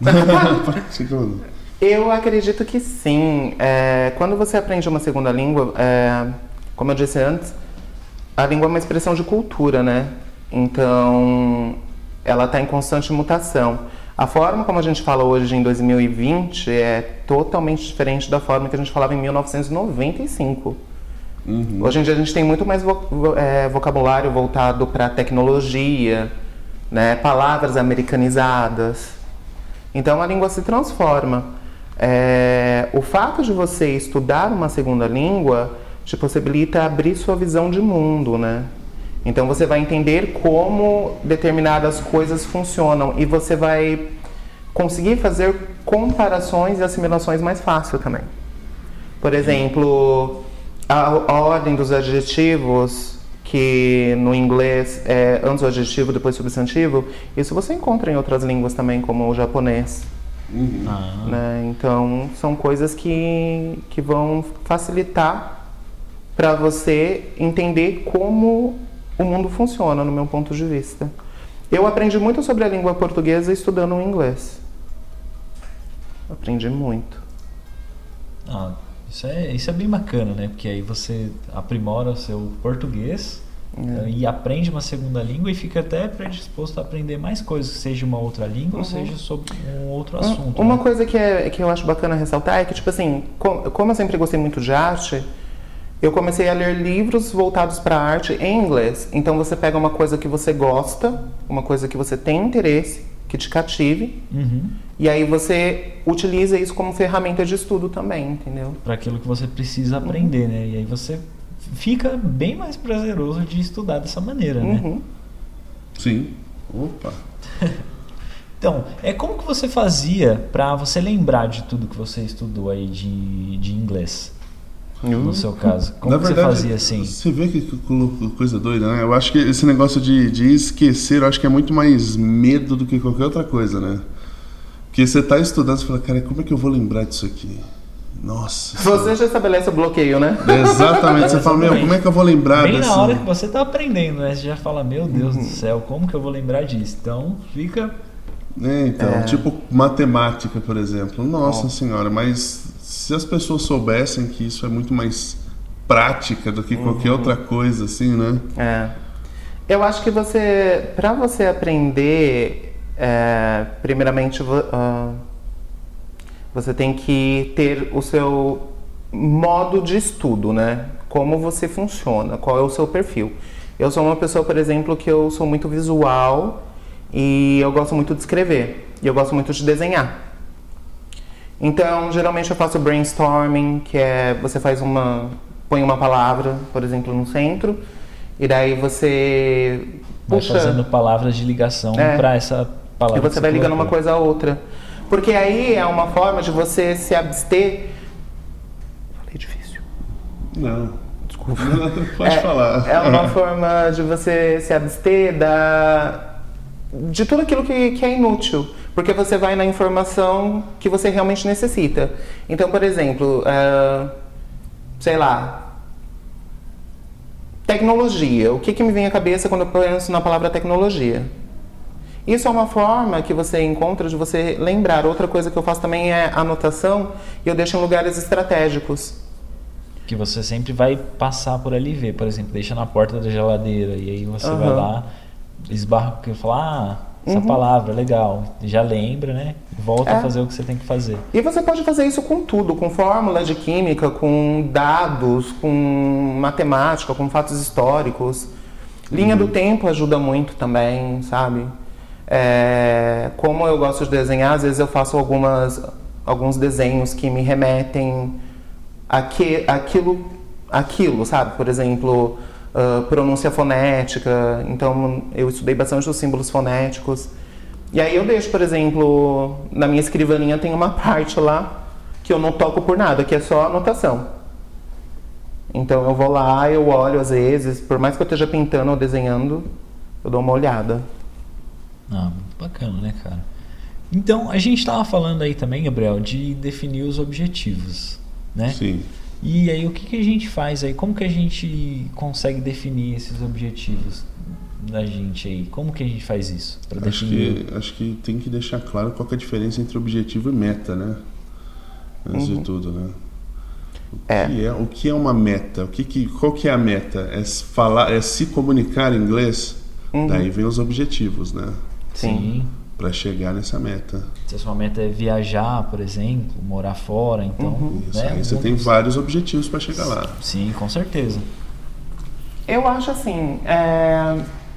Eu acredito que sim. É, quando você aprende uma segunda língua, é, como eu disse antes, a língua é uma expressão de cultura, né? Então, ela está em constante mutação. A forma como a gente fala hoje em dois mil e vinte é totalmente diferente da forma que a gente falava em mil novecentos e noventa e cinco. Uhum. Hoje em dia a gente tem muito mais vo- é, vocabulário voltado para tecnologia, né? Palavras americanizadas. Então, a língua se transforma. É, o fato de você estudar uma segunda língua te possibilita abrir sua visão de mundo, né? Então você vai entender como determinadas coisas funcionam e você vai conseguir fazer comparações e assimilações mais fácil também. Por exemplo, a, a ordem dos adjetivos, que no inglês é antes o adjetivo, depois o substantivo, isso você encontra em outras línguas também, como o japonês. Uhum. Ah. Né? Então, são coisas que, que vão facilitar para você entender como o mundo funciona, no meu ponto de vista. Eu aprendi muito sobre a língua portuguesa estudando o inglês. Aprendi muito. Ah, isso é, isso é bem bacana, né? Porque aí você aprimora o seu português é. e aprende uma segunda língua e fica até predisposto a aprender mais coisas, seja uma outra língua uhum. ou seja sobre um outro assunto. Uma né? coisa que, é, que eu acho bacana ressaltar é que, tipo assim, como eu sempre gostei muito de arte, eu comecei a ler livros voltados para a arte em inglês. Então você pega uma coisa que você gosta, uma coisa que você tem interesse, que te cative, uhum. e aí você utiliza isso como ferramenta de estudo também, entendeu? Para aquilo que você precisa aprender, uhum. né? E aí você fica bem mais prazeroso de estudar dessa maneira, né? Uhum. Sim. Opa! Então, é como que você fazia para você lembrar de tudo que você estudou aí de, de inglês? Uhum. No seu caso. Como Na que verdade, você fazia assim? Você vê que, que coisa doida, né? Eu acho que esse negócio de, de esquecer, eu acho que é muito mais medo do que qualquer outra coisa, né? Porque você tá estudando, você fala, cara, como é que eu vou lembrar disso aqui? Nossa. Você já estabelece o bloqueio, né? Exatamente. Você fala, meu, como é que eu vou lembrar Bem desse... na hora que você tá aprendendo, né? Você já fala, meu Deus uhum. do céu, como que eu vou lembrar disso? Então, fica... É, então, é. tipo matemática, por exemplo. Nossa oh. senhora, mas se as pessoas soubessem que isso é muito mais prática do que uhum. qualquer outra coisa, assim, né? É. Eu acho que você, para você aprender, é, primeiramente, uh, você tem que ter o seu modo de estudo, né? Como você funciona, qual é o seu perfil. Eu sou uma pessoa, por exemplo, que eu sou muito visual e eu gosto muito de escrever. E eu gosto muito de desenhar. Então, geralmente eu faço brainstorming, que é você faz uma... põe uma palavra, por exemplo, no centro, e daí você puxa... Vai fazendo palavras de ligação é, para essa palavra. E você, você vai ligando colocou. uma coisa a outra. Porque aí é uma forma de você se abster... Falei Não. Desculpa. Pode é, falar. É uma forma de você se abster da, de tudo aquilo que, que é inútil. Porque você vai na informação que você realmente necessita. Então, por exemplo, uh, sei lá, tecnologia. O que, que me vem à cabeça quando eu penso na palavra tecnologia? Isso é uma forma que você encontra de você lembrar. Outra coisa que eu faço também é anotação, e eu deixo em lugares estratégicos. Que você sempre vai passar por ali e ver. Por exemplo, deixa na porta da geladeira, e aí você Uhum. vai lá, esbarra e fala, ah, essa Uhum. palavra, legal. Já lembra, né? Volta É. a fazer o que você tem que fazer. E você pode fazer isso com tudo, com fórmula de química, com dados, com matemática, com fatos históricos. Linha do tempo ajuda muito também, sabe? É, como eu gosto de desenhar, às vezes eu faço algumas, alguns desenhos que me remetem àque, àquilo, àquilo, sabe? Por exemplo, uh, pronúncia fonética. Então, eu estudei bastante os símbolos fonéticos. E aí eu deixo, por exemplo, na minha escrivaninha tem uma parte lá que eu não toco por nada, que é só anotação. Então eu vou lá, eu olho às vezes, por mais que eu esteja pintando ou desenhando, eu dou uma olhada. Ah, muito bacana, né, cara? Então, a gente estava falando aí também, Gabriel, de definir os objetivos, né? Sim. E aí, o que, que a gente faz aí? Como que a gente consegue definir esses objetivos da gente aí? Como que a gente faz isso? Pra Acho definir? que, acho que tem que deixar claro qual que é a diferença entre objetivo e meta, né? Antes Uhum. de tudo, né? O É. que é, o que é uma meta? O que que, qual que é a meta? É se falar, é se comunicar em inglês? Uhum. Daí vem os objetivos, né? Sim. Para chegar nessa meta. Se a sua meta é viajar, por exemplo, morar fora, então... Uhum. Isso, né, aí você um tem dos- vários objetivos para chegar lá. Sim, com certeza. Eu acho assim, é,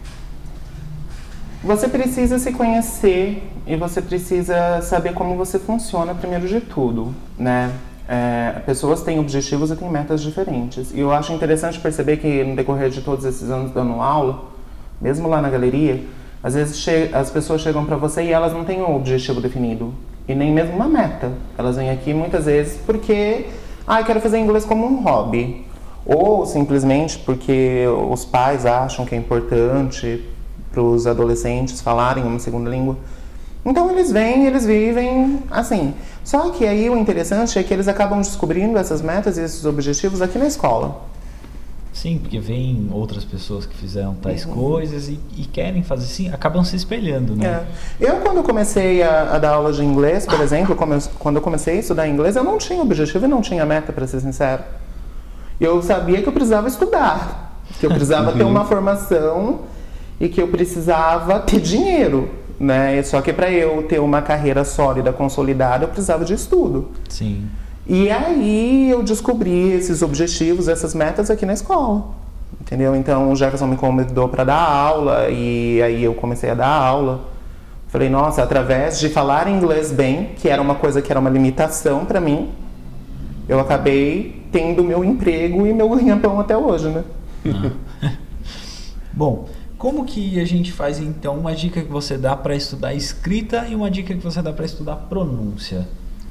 você precisa se conhecer e você precisa saber como você funciona primeiro de tudo, né? É, pessoas têm objetivos e têm metas diferentes. E eu acho interessante perceber que no decorrer de todos esses anos dando aula, mesmo lá na galeria, às vezes che- as pessoas chegam para você e elas não têm um objetivo definido e nem mesmo uma meta. Elas vêm aqui muitas vezes porque, ah, eu quero fazer inglês como um hobby. Ou simplesmente porque os pais acham que é importante para os adolescentes falarem uma segunda língua. Então eles vêm, eles vivem assim. Só que aí o interessante é que eles acabam descobrindo essas metas e esses objetivos aqui na escola. Sim, porque vem outras pessoas que fizeram tais Uhum. coisas e, e querem fazer assim, acabam se espelhando, né? É. Eu, quando comecei a, a dar aula de inglês, por exemplo, come- quando eu comecei a estudar inglês, eu não tinha objetivo e não tinha meta, para ser sincero. Eu sabia que eu precisava estudar, que eu precisava ter uma formação e que eu precisava ter dinheiro, né? Só que para eu ter uma carreira sólida, consolidada, eu precisava de estudo. Sim. E aí eu descobri esses objetivos, essas metas aqui na escola, entendeu? Então o Jefferson me convidou para dar aula e aí eu comecei a dar aula. Falei, nossa, através de falar inglês bem, que era uma coisa que era uma limitação para mim, eu acabei tendo meu emprego e meu ganha-pão até hoje, né? Ah. Bom, como que a gente faz então uma dica que você dá para estudar escrita e uma dica que você dá para estudar pronúncia?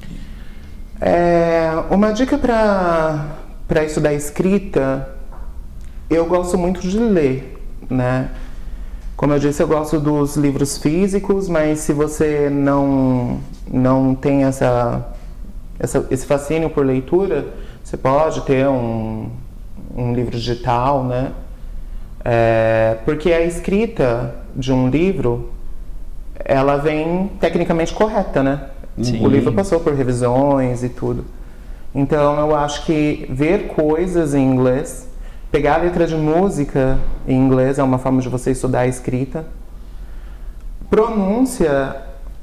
É, uma dica para para estudar escrita, eu gosto muito de ler, né? Como eu disse, eu gosto dos livros físicos, mas se você não não tem essa, essa esse fascínio por leitura, você pode ter um um livro digital, né? É, porque a escrita de um livro, ela vem tecnicamente correta, né? Sim. O livro passou por revisões e tudo. Então eu acho que ver coisas em inglês, pegar a letra de música em inglês é uma forma de você estudar a escrita. Pronúncia,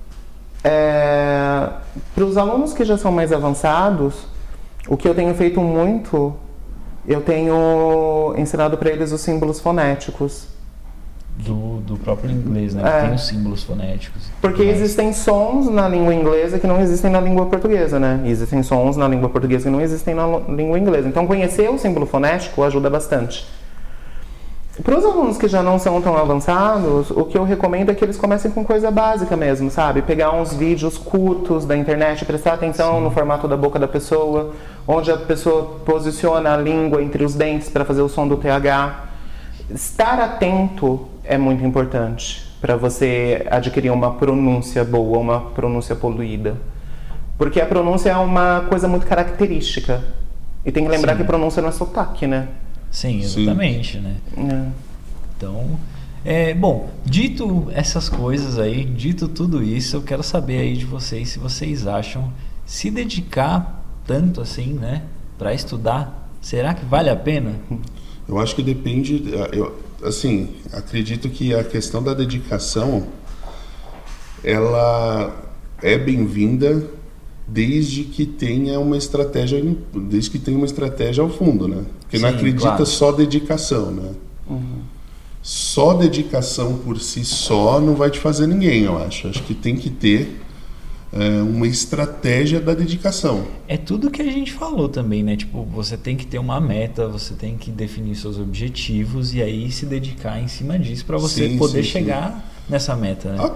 é, para os alunos que já são mais avançados, o que eu tenho feito muito, eu tenho ensinado para eles os símbolos fonéticos. Do, do próprio inglês, né? É. Tem os símbolos fonéticos. Porque Mas- existem sons na língua inglesa que não existem na língua portuguesa, né? E existem sons na língua portuguesa que não existem na lo- língua inglesa. Então, conhecer o símbolo fonético ajuda bastante. Para os alunos que já não são tão avançados, o que eu recomendo é que eles comecem com coisa básica mesmo, sabe? Pegar uns vídeos curtos da internet, prestar atenção Sim. no formato da boca da pessoa, onde a pessoa posiciona a língua entre os dentes para fazer o som do T H. Estar atento é muito importante para você adquirir uma pronúncia boa, uma pronúncia poluída. Porque a pronúncia é uma coisa muito característica. E tem que lembrar Sim. que pronúncia não é sotaque, né? Sim, exatamente, Sim. né? É. Então, é, bom, dito essas coisas aí, dito tudo isso, eu quero saber aí de vocês se vocês acham se dedicar tanto assim, né, para estudar, será que vale a pena? Eu acho que depende, eu, assim, acredito que a questão da dedicação, ela é bem-vinda desde que tenha uma estratégia, desde que tenha uma estratégia ao fundo, né? Porque Sim, não acredita claro. só dedicação, né? Uhum. Só dedicação por si só não vai te fazer ninguém, eu acho. Acho que tem que ter é, uma estratégia da dedicação. É tudo que a gente falou também, né? Tipo, você tem que ter uma meta, você tem que definir seus objetivos e aí se dedicar em cima disso para você sim, poder sim, chegar sim. nessa meta, né?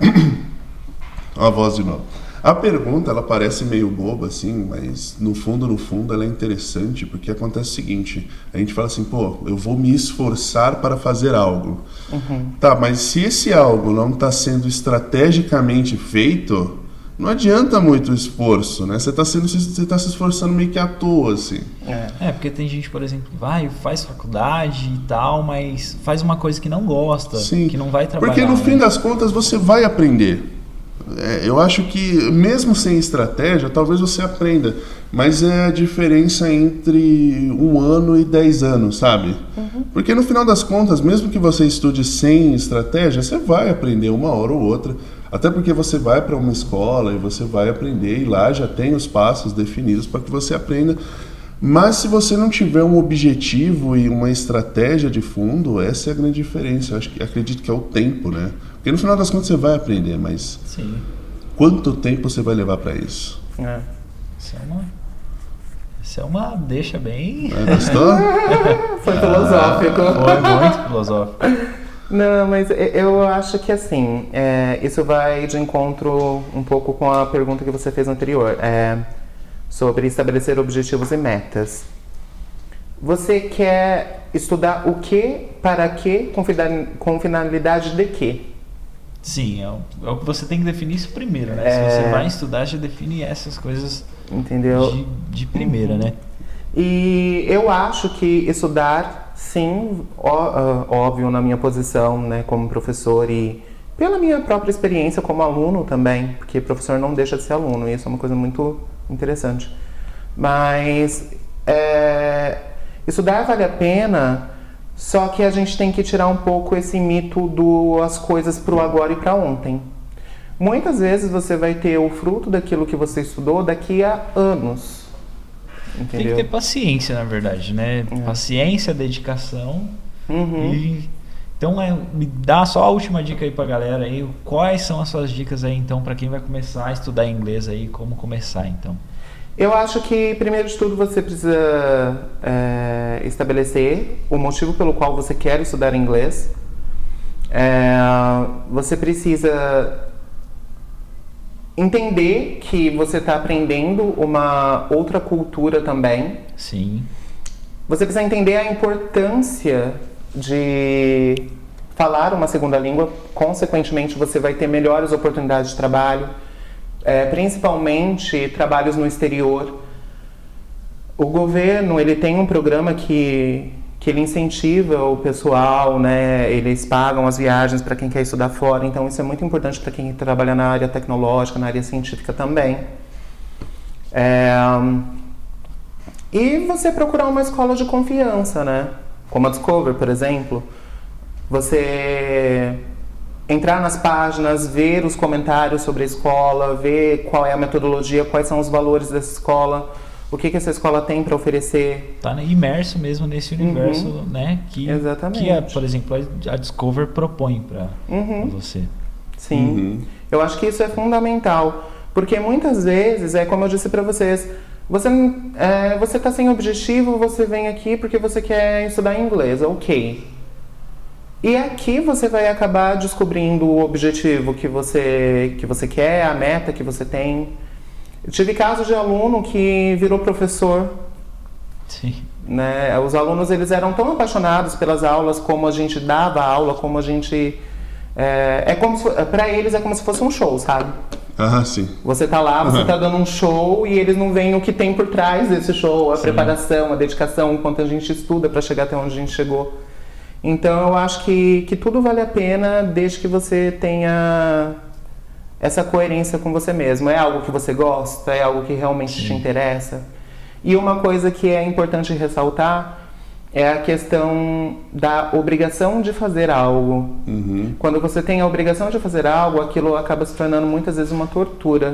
A, a voz de novo. A pergunta, ela parece meio boba, assim, mas no fundo, no fundo, ela é interessante, porque acontece o seguinte, a gente fala assim, pô, eu vou me esforçar para fazer algo. Uhum. Tá, mas se esse algo não está sendo estrategicamente feito, não adianta muito o esforço, né? Você está sendo, você tá se esforçando meio que à toa, assim. É. é, porque tem gente, por exemplo, que vai, faz faculdade e tal, mas faz uma coisa que não gosta, Sim. que não vai trabalhar. Porque no né? fim das contas, você vai aprender. É, eu acho que mesmo sem estratégia, talvez você aprenda, mas é a diferença entre um ano e dez anos, sabe? Uhum. Porque no final das contas, mesmo que você estude sem estratégia, você vai aprender uma hora ou outra, até porque você vai para uma escola e você vai aprender e lá já tem os passos definidos para que você aprenda. Mas se você não tiver um objetivo e uma estratégia de fundo, essa é a grande diferença. Eu acho que, acredito que é o tempo, né? Porque no final das contas você vai aprender, mas Sim. quanto tempo você vai levar para isso? É. Isso é uma, isso é uma deixa bem... É, gostou? Foi filosófico. Ah, foi muito filosófico. Não, mas eu acho que assim, é, isso vai de encontro um pouco com a pergunta que você fez anterior. É, sobre estabelecer objetivos e metas. Você quer estudar o que, para quê, com finalidade de quê? Sim, é o, é o que você tem que definir isso primeiro, né? É... Se você vai estudar, já define essas coisas Entendeu? De, de primeira, né? E eu acho que estudar, sim, ó, óbvio, na minha posição, né, como professor e pela minha própria experiência como aluno também, porque professor não deixa de ser aluno, e isso é uma coisa muito interessante. Mas é, estudar vale a pena, só que a gente tem que tirar um pouco esse mito do as coisas para o agora e para ontem. Muitas vezes você vai ter o fruto daquilo que você estudou daqui a anos. Entendeu? Tem que ter paciência, na verdade, né? É. Paciência, dedicação. Uhum. E, então, é, me dá só a última dica aí pra galera aí. Quais são as suas dicas aí, então, para quem vai começar a estudar inglês aí? Como começar, então? Eu acho que, primeiro de tudo, você precisa é, estabelecer o motivo pelo qual você quer estudar inglês. É, você precisa entender que você está aprendendo uma outra cultura também. Sim. Você precisa entender a importância de falar uma segunda língua. Consequentemente, você vai ter melhores oportunidades de trabalho. É, principalmente trabalhos no exterior. O governo ele tem um programa que, que ele incentiva o pessoal, né? Eles pagam as viagens para quem quer estudar fora, então isso é muito importante para quem trabalha na área tecnológica, na área científica também. É, e você procurar uma escola de confiança, né? Como a Discover, por exemplo. Você entrar nas páginas, ver os comentários sobre a escola, ver qual é a metodologia, quais são os valores dessa escola, o que, que essa escola tem para oferecer. Tá imerso mesmo nesse universo, uhum. né? Que, Exatamente. que a, por exemplo, a Discover propõe para uhum. você. Sim, uhum. eu acho que isso é fundamental, porque muitas vezes, é como eu disse para vocês, você é, você está sem objetivo, você vem aqui porque você quer estudar inglês, ok. E aqui você vai acabar descobrindo o objetivo que você, que você quer, a meta que você tem. Eu tive casos de aluno que virou professor. Sim. Né? Os alunos eles eram tão apaixonados pelas aulas, como a gente dava aula, como a gente... É, é como se, pra eles é como se fosse um show, sabe? Ah, sim. Você tá lá, você uhum. tá dando um show e eles não veem o que tem por trás desse show, a sim. preparação, a dedicação, o quanto a gente estuda para chegar até onde a gente chegou. Então eu acho que, que tudo vale a pena desde que você tenha essa coerência com você mesmo. É algo que você gosta, é algo que realmente sim. te interessa. E uma coisa que é importante ressaltar é a questão da obrigação de fazer algo. Uhum. Quando você tem a obrigação de fazer algo, aquilo acaba se tornando muitas vezes uma tortura.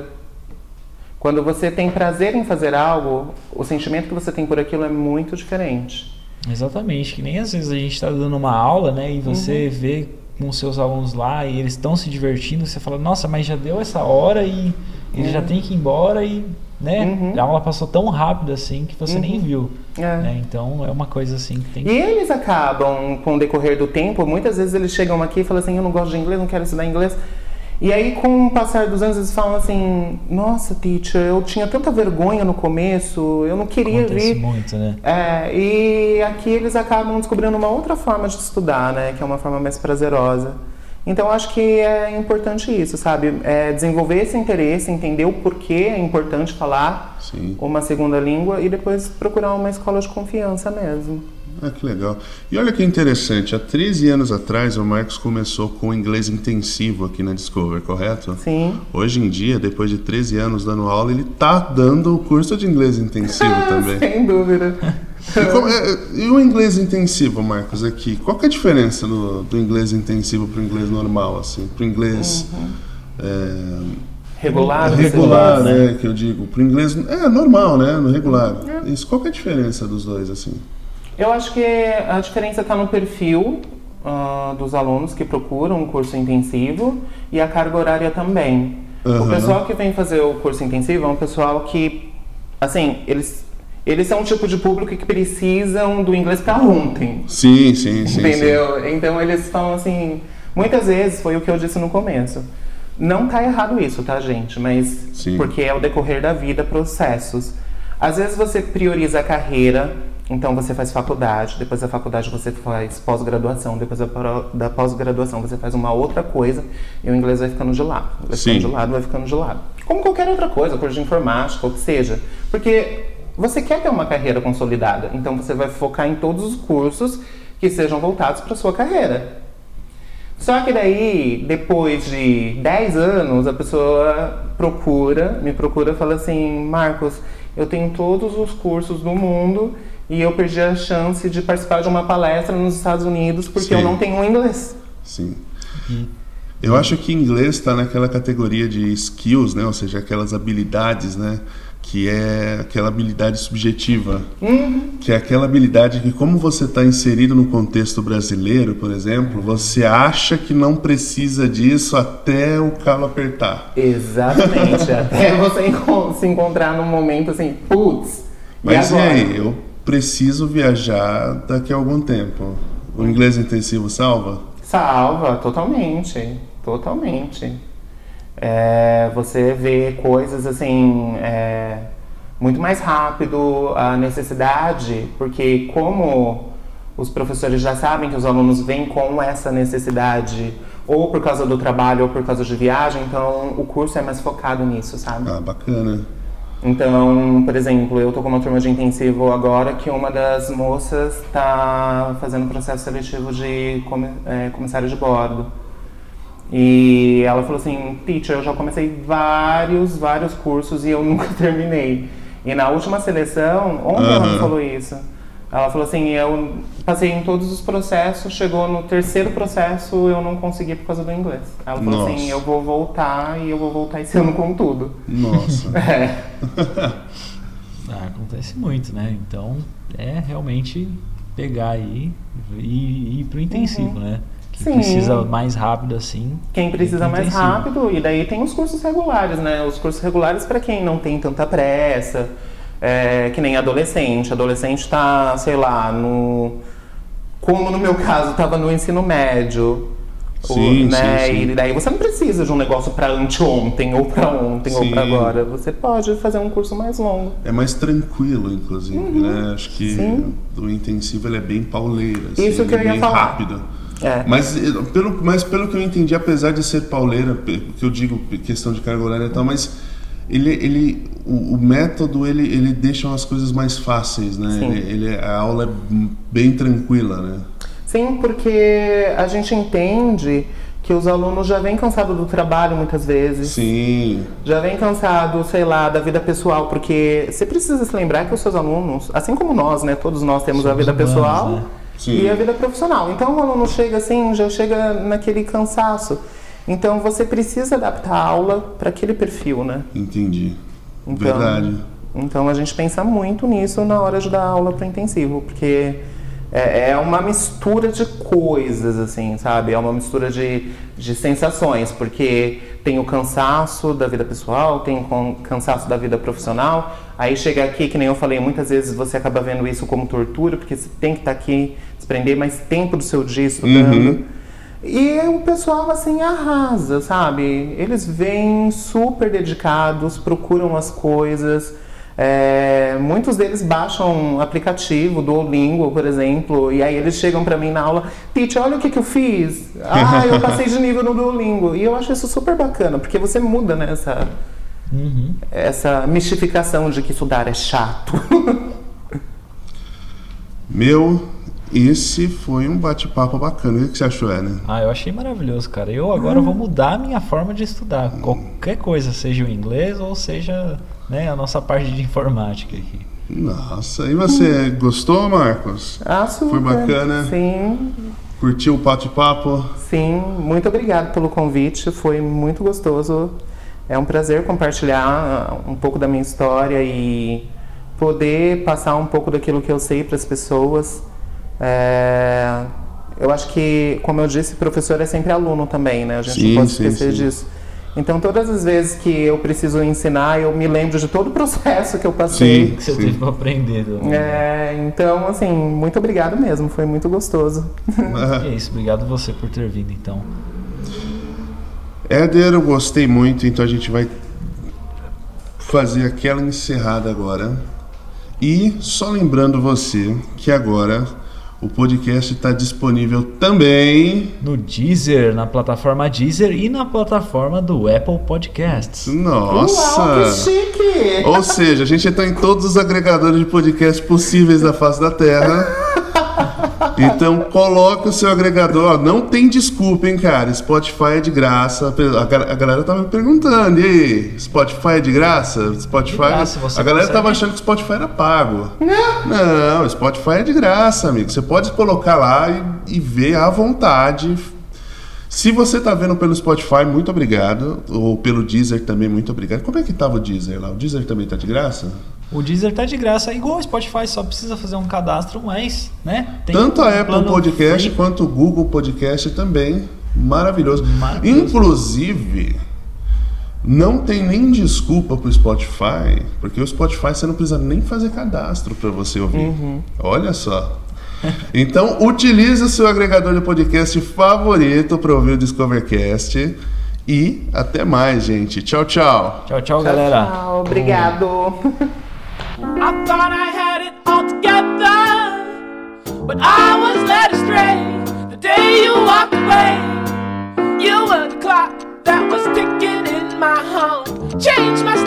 Quando você tem prazer em fazer algo, o sentimento que você tem por aquilo é muito diferente. Exatamente, que nem às vezes a gente está dando uma aula, né, e você uhum. vê com os seus alunos lá e eles estão se divertindo, você fala, nossa, mas já deu essa hora e eles uhum. já têm que ir embora e, né, uhum. a aula passou tão rápido assim que você uhum. nem viu. É. Né? Então é uma coisa assim que tem que... E eles acabam, com o decorrer do tempo, muitas vezes eles chegam aqui e falam assim, eu não gosto de inglês, não quero estudar inglês. E aí, com o passar dos anos, eles falam assim, nossa, teacher, eu tinha tanta vergonha no começo, eu não queria Acontece vir. muito, né? É, e aqui eles acabam descobrindo uma outra forma de estudar, né? Que é uma forma mais prazerosa. Então, acho que é importante isso, sabe? É desenvolver esse interesse, entender o porquê é importante falar Sim. uma segunda língua e depois procurar uma escola de confiança mesmo. Ah, que legal. E olha que interessante, há treze anos atrás o Marcos começou com inglês intensivo aqui na Discover, correto? Sim. Hoje em dia, depois de treze anos dando aula, ele está dando o curso de inglês intensivo também. Sem dúvida. E, como, é, e o inglês intensivo, Marcos, aqui, qual que é a diferença do, do inglês intensivo para o inglês normal, assim? Para o inglês... Uhum. É, regular, regular, né, que eu digo. Para o inglês... É, normal, né, no regular. É. Isso, qual que é a diferença dos dois, assim? Eu acho que a diferença está no perfil uh, dos alunos que procuram um curso intensivo e a carga horária também. Uhum. O pessoal que vem fazer o curso intensivo é um pessoal que, assim, eles, eles são um tipo de público que precisam do inglês para ontem. Sim, sim, sim. Entendeu? Sim. Então eles falam assim, muitas vezes, foi o que eu disse no começo, não tá errado isso, tá, gente? Mas sim. porque é o decorrer da vida, processos. Às vezes você prioriza a carreira. Então você faz faculdade, depois da faculdade você faz pós-graduação, depois da pós-graduação você faz uma outra coisa e o inglês vai ficando de lado. Vai ficando Sim. de lado, vai ficando de lado. Como qualquer outra coisa, curso de informática, ou que seja. Porque você quer ter uma carreira consolidada, então você vai focar em todos os cursos que sejam voltados para a sua carreira. Só que daí, depois de dez anos, a pessoa procura, me procura e fala assim, Marcos, eu tenho todos os cursos do mundo e eu perdi a chance de participar de uma palestra nos Estados Unidos porque Sim. eu não tenho inglês. Sim. Uhum. Eu acho que inglês está naquela categoria de skills, né? Ou seja, aquelas habilidades, né? Que é aquela habilidade subjetiva. Uhum. Que é aquela habilidade que, como você está inserido no contexto brasileiro, por exemplo, você acha que não precisa disso até o calo apertar. Exatamente. Até você se encontrar num momento assim, putz, Mas e agora? e aí? Eu preciso viajar daqui a algum tempo. O inglês intensivo salva? Salva, totalmente. Totalmente. É, você vê coisas assim, é, muito mais rápido, a necessidade, porque como os professores já sabem que os alunos vêm com essa necessidade, ou por causa do trabalho ou por causa de viagem, então o curso é mais focado nisso, sabe? Ah, bacana. Então, por exemplo, eu tô com uma turma de intensivo agora que uma das moças está fazendo processo seletivo de com, é, comissário de bordo. E ela falou assim, teacher, eu já comecei vários, vários cursos e eu nunca terminei. E na última seleção, ontem uhum. ela me falou isso. Ela falou assim, eu passei em todos os processos, chegou no terceiro processo, eu não consegui por causa do inglês. Ela falou Nossa. assim, eu vou voltar e eu vou voltar esse ano com tudo. Nossa. É. Ah, acontece muito, né? Então, é realmente pegar aí e, e ir pro intensivo, uhum. né? Quem Sim. precisa mais rápido assim. Quem precisa mais intensivo. rápido, e daí tem os cursos regulares, né? Os cursos regulares para quem não tem tanta pressa, é, que nem adolescente. Adolescente tá, sei lá, no como no meu caso, estava no ensino médio. Sim, o, né? sim, sim. E daí você não precisa de um negócio para anteontem, ou para ontem, Sim. ou para agora. Você pode fazer um curso mais longo. É mais tranquilo, inclusive, Uhum. né? Acho que Sim. o intensivo ele é bem pauleiro, assim, Isso que eu ele é ia bem falar. rápido. É. Mas eh, pelo, mas pelo que eu entendi, apesar de ser pauleira, pe- que eu digo questão de carga horária e tal, mas ele, ele, o, o método ele, ele deixa as coisas mais fáceis, né? Sim. Ele, ele- a aula é bem tranquila, né? Sim, porque a gente entende que os alunos já vêm cansados do trabalho muitas vezes. Sim, Já vem cansado, sei lá, da vida pessoal, porque você precisa se lembrar que os seus alunos, assim como nós, né, todos nós temos a Somos vida humanos, pessoal né? Sim. e a vida profissional. Então o aluno chega assim, já chega naquele cansaço. Então você precisa adaptar a aula para aquele perfil, né? entendi. Então, Verdade. Então a gente pensa muito nisso na hora de dar aula para intensivo, porque é, é uma mistura de coisas, assim, sabe? É uma mistura de, de sensações, porque tem o cansaço da vida pessoal, tem o con- cansaço da vida profissional. Aí chega aqui, que nem eu falei, muitas vezes você acaba vendo isso como tortura, porque você tem que estar aqui, desprender mais tempo do seu dia estudando. Uhum. E o pessoal, assim, arrasa, sabe? Eles vêm super dedicados, procuram as coisas. É, muitos deles baixam um aplicativo, Duolingo, por exemplo, e aí eles chegam pra mim na aula: Teacher, olha o que que eu fiz. Ah, eu passei de nível no Duolingo. E eu acho isso super bacana, porque você muda, né, essa, Uhum. essa mistificação de que estudar é chato. Meu, esse foi um bate-papo bacana. O que você achou, Ana? Ah, eu achei maravilhoso, cara. Eu agora vou mudar a minha forma de estudar. Qualquer coisa, seja o inglês ou seja, né, a nossa parte de informática aqui. Nossa, e você gostou, Marcos? Ah, super. Foi bacana? Sim, Curtiu o bate-papo? sim. Muito obrigado pelo convite. Foi muito gostoso. É um prazer compartilhar um pouco da minha história e poder passar um pouco daquilo que eu sei para as pessoas. É, eu acho que, como eu disse, professor é sempre aluno também, né? A gente Sim, não pode sim, esquecer sim. disso. Então, todas as vezes que eu preciso ensinar, eu me lembro de todo o processo que eu passei. Sim. Que você teve pra aprender. também. É, então, assim, muito obrigado mesmo. Foi muito gostoso. E é isso, obrigado você por ter vindo, então. Éder, eu gostei muito, então a gente vai fazer aquela encerrada agora. E só lembrando você que agora o podcast está disponível também. No Deezer, na plataforma Deezer e na plataforma do Apple Podcasts. Nossa! Uau, que chique! Ou seja, a gente está em todos os agregadores de podcast possíveis da face da Terra. Então coloque o seu agregador. Ó, não tem desculpa, hein, cara. Spotify é de graça. A, ga- a galera tava me perguntando: e aí, Spotify é de graça? Spotify. De graça, você a galera consegue? tava achando que Spotify era pago. Não, não, Spotify é de graça, amigo. Você pode colocar lá e, e ver à vontade. Se você tá vendo pelo Spotify, muito obrigado. Ou pelo Deezer também, muito obrigado. Como é que tava o Deezer lá? O Deezer também tá de graça? O Deezer tá de graça, igual o Spotify, só precisa fazer um cadastro, mas, né? Tem Tanto um a Apple plano Podcast free. quanto o Google Podcast também. Maravilhoso. Maravilhoso. Inclusive, não tem nem desculpa pro Spotify, porque o Spotify você não precisa nem fazer cadastro para você ouvir. Olha só. Então, utilize o seu agregador de podcast favorito para ouvir o Discovercast. E até mais, gente. Tchau, tchau. Tchau, tchau, galera. Tchau, obrigado. I thought I had it all together, but I was led astray the day you walked away. You were the clock that was ticking in my home, changed my